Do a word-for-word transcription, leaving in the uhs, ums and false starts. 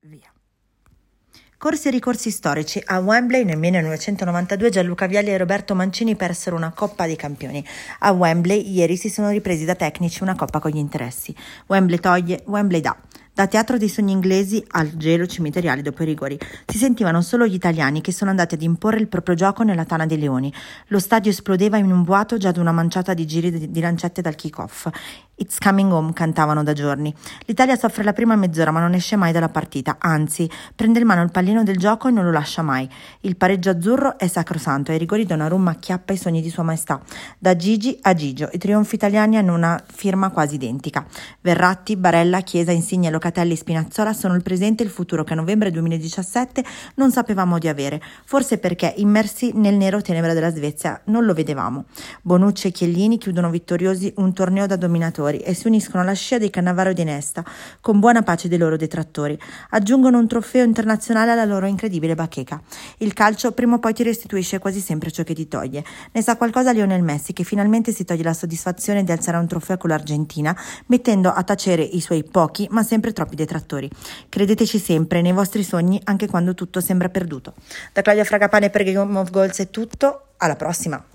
Via. Corsi e ricorsi storici. A Wembley nel millenovecentonovantadue Gianluca Vialli e Roberto Mancini persero una Coppa dei Campioni. A Wembley ieri si sono ripresi da tecnici una coppa con gli interessi. Wembley toglie, Wembley dà. Da teatro dei sogni inglesi al gelo cimiteriale dopo i rigori. Si sentivano solo gli italiani che sono andati ad imporre il proprio gioco nella Tana dei Leoni. Lo stadio esplodeva in un vuoto già ad una manciata di giri di, di lancette dal kick-off. It's coming home cantavano da giorni. L'Italia soffre la prima mezz'ora ma non esce mai dalla partita, anzi prende in mano il pallino del gioco e non lo lascia mai. Il pareggio azzurro è sacrosanto e ai rigori Donnarumma acchiappa i sogni di sua maestà. Da Gigi a Gigio, i trionfi italiani hanno una firma quasi identica. Verratti, Barella, Chiesa, Insigne, Locatelli, Spinazzola sono il presente e il futuro che a novembre duemiladiciassette non sapevamo di avere, forse perché immersi nel nero tenebra della Svezia non lo vedevamo. Bonucci e Chiellini chiudono vittoriosi un torneo da dominatori e si uniscono alla scia dei Cannavaro e di Nesta, con buona pace dei loro detrattori. Aggiungono un trofeo internazionale alla loro incredibile bacheca. Il calcio prima o poi ti restituisce quasi sempre ciò che ti toglie. Ne sa qualcosa Lionel Messi, che finalmente si toglie la soddisfazione di alzare un trofeo con l'Argentina, mettendo a tacere i suoi pochi ma sempre troppi detrattori. Credeteci sempre nei vostri sogni anche quando tutto sembra perduto. Da Claudia Fragapane per Game of Goals è tutto, alla prossima!